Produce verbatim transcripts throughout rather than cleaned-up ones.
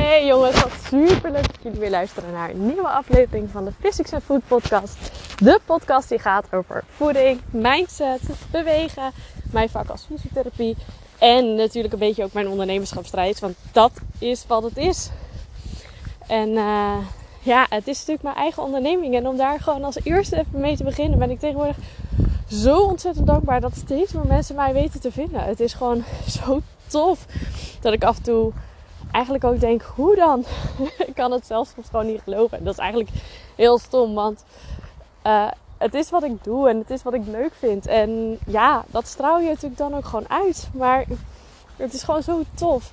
Hey jongens, wat super leuk dat jullie weer luisteren naar een nieuwe aflevering van de Physics and Food podcast. De podcast die gaat over voeding, mindset, bewegen, mijn vak als fysiotherapie en natuurlijk een beetje ook mijn ondernemerschapsreis, want dat is wat het is. En uh, ja, het is natuurlijk mijn eigen onderneming en om daar gewoon als eerste even mee te beginnen ben ik tegenwoordig zo ontzettend dankbaar dat steeds meer mensen mij weten te vinden. Het is gewoon zo tof dat ik af en toe eigenlijk ook denk, hoe dan? Ik kan het zelfs gewoon niet geloven. En dat is eigenlijk heel stom, want uh, het is wat ik doe en het is wat ik leuk vind. En ja, dat straal je natuurlijk dan ook gewoon uit. Maar het is gewoon zo tof.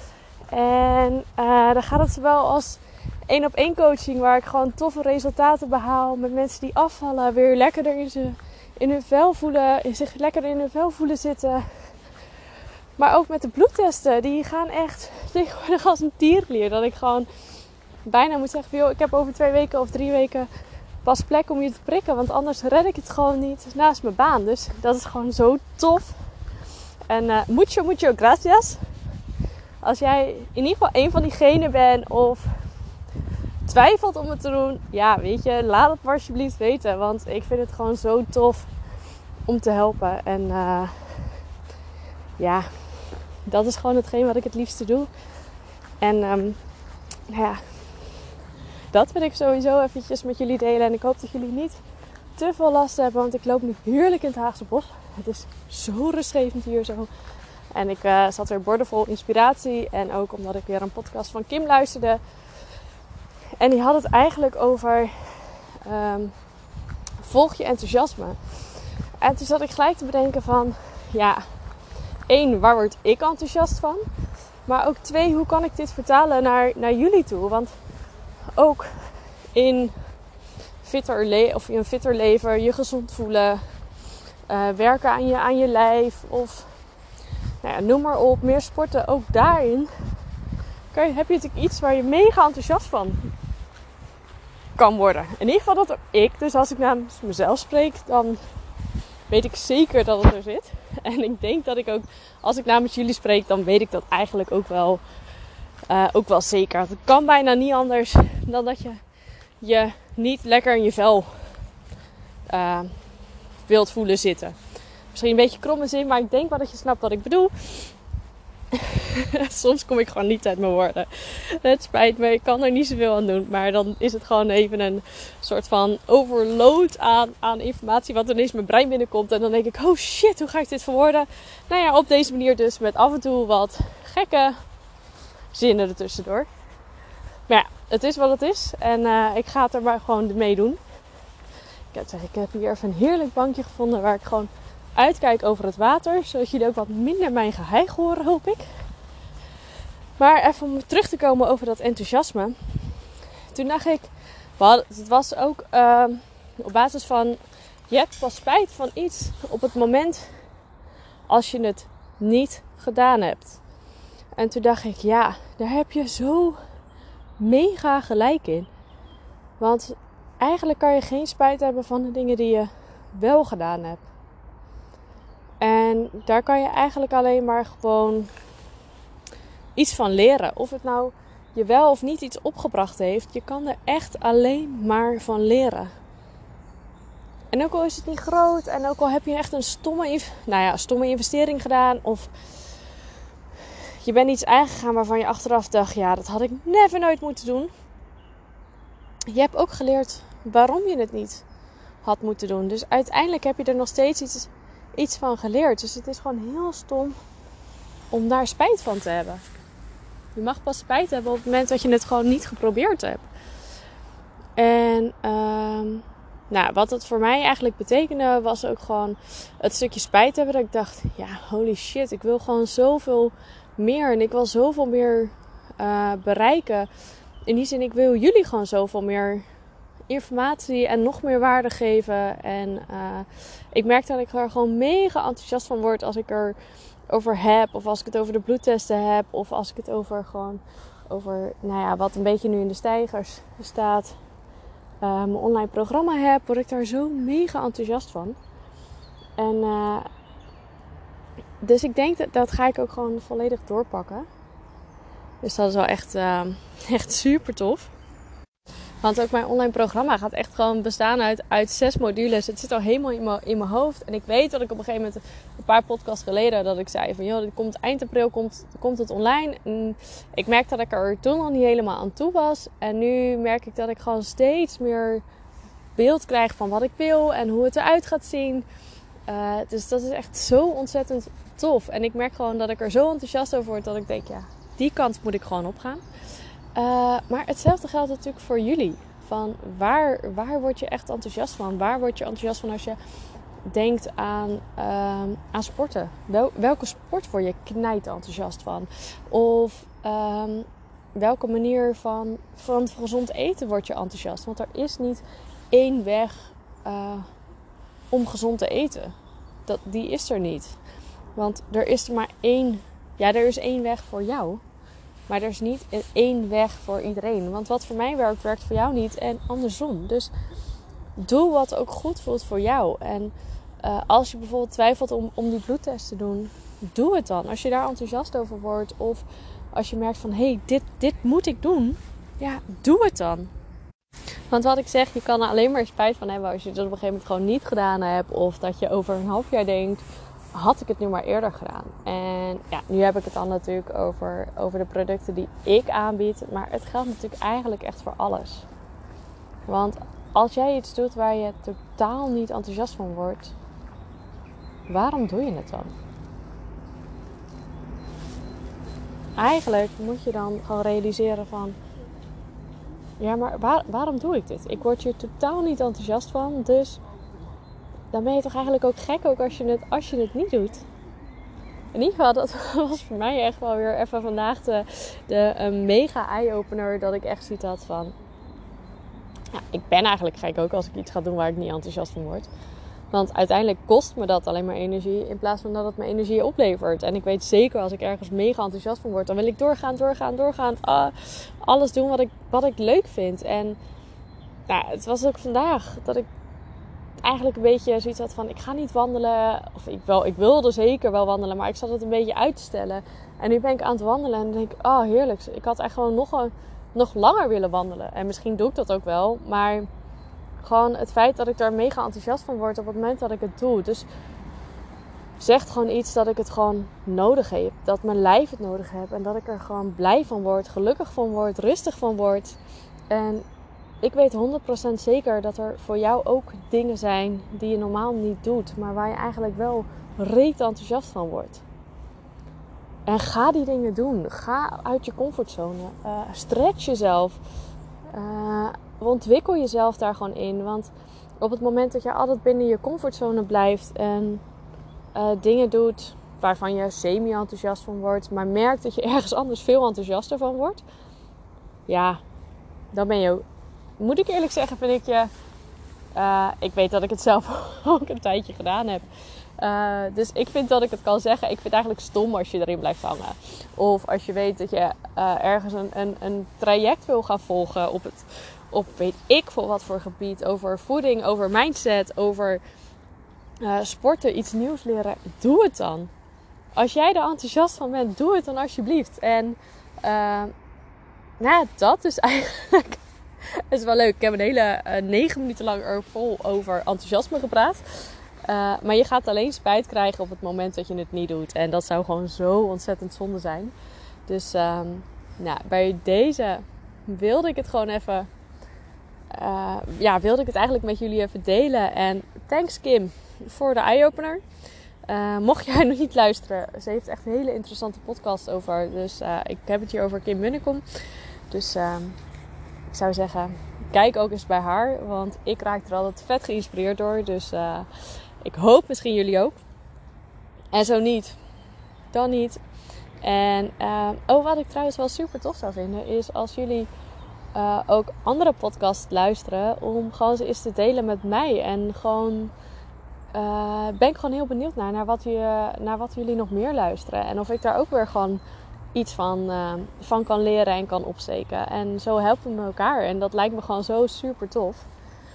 En uh, dan gaat het zowel als één op één coaching, waar ik gewoon toffe resultaten behaal met mensen die afvallen, weer lekkerder in, ze, in hun vel voelen, in zich lekker in hun vel voelen zitten. Maar ook met de bloedtesten, die gaan echt tegenwoordig als een tierenlier. Dat ik gewoon bijna moet zeggen, joh, ik heb over twee weken of drie weken pas plek om je te prikken. Want anders red ik het gewoon niet naast mijn baan. Dus dat is gewoon zo tof. En uh, mucho, mucho gracias. Als jij in ieder geval een van diegenen bent of twijfelt om het te doen. Ja, weet je, laat het maar alsjeblieft weten. Want ik vind het gewoon zo tof om te helpen. En uh, ja... dat is gewoon hetgeen wat ik het liefste doe. En um, ja, dat wil ik sowieso eventjes met jullie delen. En ik hoop dat jullie niet te veel last hebben. Want ik loop nu heerlijk in het Haagse bos. Het is zo rustgevend hier zo. En ik uh, zat weer boordevol inspiratie. En ook omdat ik weer een podcast van Kim luisterde. En die had het eigenlijk over um, volg je enthousiasme. En toen zat ik gelijk te bedenken van, ja... Eén, waar word ik enthousiast van? Maar ook twee, hoe kan ik dit vertalen naar, naar jullie toe? Want ook in fitter, le- of in een fitter leven, je gezond voelen, uh, werken aan je, aan je lijf of nou ja, noem maar op, meer sporten. Ook daarin kan je, heb je natuurlijk iets waar je mega enthousiast van kan worden. In ieder geval dat ook ik. Dus als ik namens mezelf spreek, dan weet ik zeker dat het er zit. En ik denk dat ik ook, als ik namens jullie spreek, dan weet ik dat eigenlijk ook wel, uh, ook wel zeker. Het kan bijna niet anders dan dat je je niet lekker in je vel uh, wilt voelen zitten. Misschien een beetje kromme zin, maar ik denk wel dat je snapt wat ik bedoel. Soms kom ik gewoon niet uit mijn woorden. Het spijt me, ik kan er niet zoveel aan doen. Maar dan is het gewoon even een soort van overload aan, aan informatie wat ineens mijn brein binnenkomt. En dan denk ik, oh shit, hoe ga ik dit verwoorden? Nou ja, op deze manier dus met af en toe wat gekke zinnen ertussendoor. Maar ja, het is wat het is. En uh, ik ga het er maar gewoon mee doen. Ik heb, ik heb hier even een heerlijk bankje gevonden waar ik gewoon uitkijk over het water. Zodat jullie ook wat minder mijn geheig horen, hoop ik. Maar even om terug te komen over dat enthousiasme. Toen dacht ik, het was ook uh, op basis van, je hebt pas spijt van iets op het moment als je het niet gedaan hebt. En toen dacht ik, ja, daar heb je zo mega gelijk in. Want eigenlijk kan je geen spijt hebben van de dingen die je wel gedaan hebt. En daar kan je eigenlijk alleen maar gewoon iets van leren. Of het nou je wel of niet iets opgebracht heeft. Je kan er echt alleen maar van leren. En ook al is het niet groot. En ook al heb je echt een stomme, nou ja, stomme investering gedaan. Of je bent iets aangegaan waarvan je achteraf dacht, ja, dat had ik never nooit moeten doen. Je hebt ook geleerd waarom je het niet had moeten doen. Dus uiteindelijk heb je er nog steeds iets, iets van geleerd. Dus het is gewoon heel stom om daar spijt van te hebben. Je mag pas spijt hebben op het moment dat je het gewoon niet geprobeerd hebt. En um, nou, wat het voor mij eigenlijk betekende was ook gewoon het stukje spijt hebben. Dat ik dacht, ja, holy shit, ik wil gewoon zoveel meer. En ik wil zoveel meer uh, bereiken. In die zin, ik wil jullie gewoon zoveel meer informatie en nog meer waarde geven. En uh, ik merk dat ik er gewoon mega enthousiast van word als ik er over heb, of als ik het over de bloedtesten heb, of als ik het over gewoon over, nou ja, wat een beetje nu in de stijgers staat, uh, mijn online programma heb, word ik daar zo mega enthousiast van. En uh, dus ik denk dat dat ga ik ook gewoon volledig doorpakken. Dus dat is wel echt, uh, echt super tof. Want ook mijn online programma gaat echt gewoon bestaan uit, uit zes modules. Het zit al helemaal in mijn, in mijn hoofd. En ik weet dat ik op een gegeven moment, een paar podcasts geleden, dat ik zei van joh, dit komt eind april, komt, komt het online. En ik merkte dat ik er toen nog niet helemaal aan toe was. En nu merk ik dat ik gewoon steeds meer beeld krijg van wat ik wil en hoe het eruit gaat zien. Uh, dus dat is echt zo ontzettend tof. En ik merk gewoon dat ik er zo enthousiast over word dat ik denk, ja, die kant moet ik gewoon opgaan. Uh, maar hetzelfde geldt natuurlijk voor jullie. Van waar, waar word je echt enthousiast van? Waar word je enthousiast van als je denkt aan, uh, aan sporten? Wel, welke sport word je knijt enthousiast van? Of um, welke manier van, van gezond eten word je enthousiast? Want er is niet één weg uh, om gezond te eten. Dat, die is er niet. Want er is er maar één... Ja, er is één weg voor jou. Maar er is niet één weg voor iedereen. Want wat voor mij werkt, werkt voor jou niet. En andersom. Dus doe wat ook goed voelt voor jou. En uh, als je bijvoorbeeld twijfelt om, om die bloedtest te doen, doe het dan. Als je daar enthousiast over wordt. Of als je merkt van, hé, hey, dit, dit moet ik doen. Ja, doe het dan. Want wat ik zeg, je kan er alleen maar spijt van hebben als je het op een gegeven moment gewoon niet gedaan hebt. Of dat je over een half jaar denkt, had ik het nu maar eerder gedaan. En ja, nu heb ik het dan natuurlijk over, over de producten die ik aanbied. Maar het geldt natuurlijk eigenlijk echt voor alles. Want als jij iets doet waar je totaal niet enthousiast van wordt, waarom doe je het dan? Eigenlijk moet je dan gewoon realiseren van, ja, maar waar, waarom doe ik dit? Ik word hier totaal niet enthousiast van, dus dan ben je toch eigenlijk ook gek ook als je het, als je het niet doet. In ieder geval, dat was voor mij echt wel weer even vandaag de, de een mega eye-opener. Dat ik echt zoiets had van, ja, ik ben eigenlijk gek ook als ik iets ga doen waar ik niet enthousiast van word. Want uiteindelijk kost me dat alleen maar energie in plaats van dat het me energie oplevert. En ik weet zeker als ik ergens mega enthousiast van word, dan wil ik doorgaan, doorgaan, doorgaan. Uh, alles doen wat ik, wat ik leuk vind. En nou, het was ook vandaag dat ik eigenlijk een beetje zoiets had van, ik ga niet wandelen. Of ik, wel, ik wilde zeker wel wandelen, maar ik zat het een beetje uit te stellen. En nu ben ik aan het wandelen en dan denk ik, oh heerlijk. Ik had echt gewoon nog, een, nog langer willen wandelen. En misschien doe ik dat ook wel, maar gewoon het feit dat ik daar mega enthousiast van word op het moment dat ik het doe. Dus zegt gewoon iets dat ik het gewoon nodig heb. Dat mijn lijf het nodig heeft. En dat ik er gewoon blij van word, gelukkig van word, rustig van word. En ik weet honderd procent zeker dat er voor jou ook dingen zijn die je normaal niet doet. Maar waar je eigenlijk wel reet enthousiast van wordt. En ga die dingen doen. Ga uit je comfortzone. Uh, stretch jezelf. Uh, ontwikkel jezelf daar gewoon in. Want op het moment dat je altijd binnen je comfortzone blijft en uh, dingen doet waarvan je semi-enthousiast van wordt, maar merkt dat je ergens anders veel enthousiaster van wordt, ja, dan ben je, moet ik eerlijk zeggen, vind ik je, uh, ik weet dat ik het zelf ook een tijdje gedaan heb. Uh, dus ik vind dat ik het kan zeggen. Ik vind het eigenlijk stom als je erin blijft hangen. Of als je weet dat je uh, ergens een, een, een traject wil gaan volgen op het, op weet ik veel wat voor gebied. Over voeding, over mindset, over uh, sporten, iets nieuws leren. Doe het dan. Als jij er enthousiast van bent, doe het dan alsjeblieft. En uh, nou, dat is eigenlijk, is wel leuk. Ik heb een hele uh, negen minuten lang er vol over enthousiasme gepraat. Uh, maar je gaat alleen spijt krijgen op het moment dat je het niet doet. En dat zou gewoon zo ontzettend zonde zijn. Dus um, nou, bij deze wilde ik het gewoon even... Uh, ja, wilde ik het eigenlijk met jullie even delen. En thanks Kim voor de eye-opener. Uh, mocht jij nog niet luisteren, ze heeft echt een hele interessante podcast over. Dus uh, ik heb het hier over Kim Munnekom. Dus uh, ik zou zeggen, kijk ook eens bij haar. Want ik raak er altijd vet geïnspireerd door. Dus... Uh, Ik hoop misschien jullie ook. En zo niet, dan niet. En uh, oh, wat ik trouwens wel super tof zou vinden, is als jullie uh, ook andere podcasts luisteren, om gewoon ze eens te delen met mij. En gewoon uh, ben ik gewoon heel benieuwd naar, naar, wat je, naar wat jullie nog meer luisteren. En of ik daar ook weer gewoon iets van, uh, van kan leren en kan opsteken. En zo helpen we elkaar. En dat lijkt me gewoon zo super tof.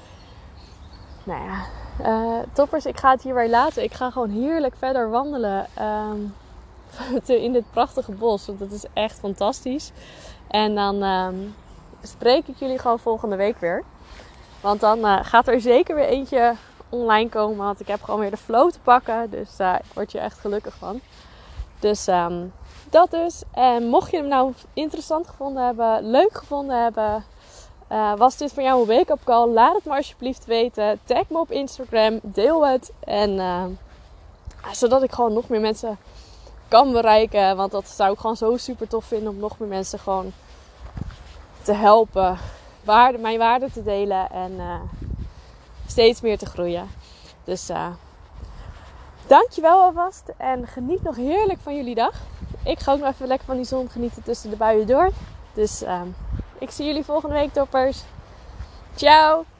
Nou ja, uh, toppers, ik ga het hierbij laten. Ik ga gewoon heerlijk verder wandelen. Um, in dit prachtige bos. Want het is echt fantastisch. En dan um, spreek ik jullie gewoon volgende week weer. Want dan uh, gaat er zeker weer eentje online komen. Want ik heb gewoon weer de flow te pakken. Dus uh, ik word hier echt gelukkig van. Dus um, dat dus. En mocht je hem nou interessant gevonden hebben, leuk gevonden hebben, uh, was dit voor jou een wake-up call? Laat het me alsjeblieft weten. Tag me op Instagram. Deel het. En uh, zodat ik gewoon nog meer mensen kan bereiken. Want dat zou ik gewoon zo super tof vinden om nog meer mensen gewoon te helpen. Waarde, mijn waarde te delen. En uh, steeds meer te groeien. Dus uh, dankjewel alvast. En geniet nog heerlijk van jullie dag. Ik ga ook nog even lekker van die zon genieten tussen de buien door. Dus uh, ik zie jullie volgende week, toppers. Ciao!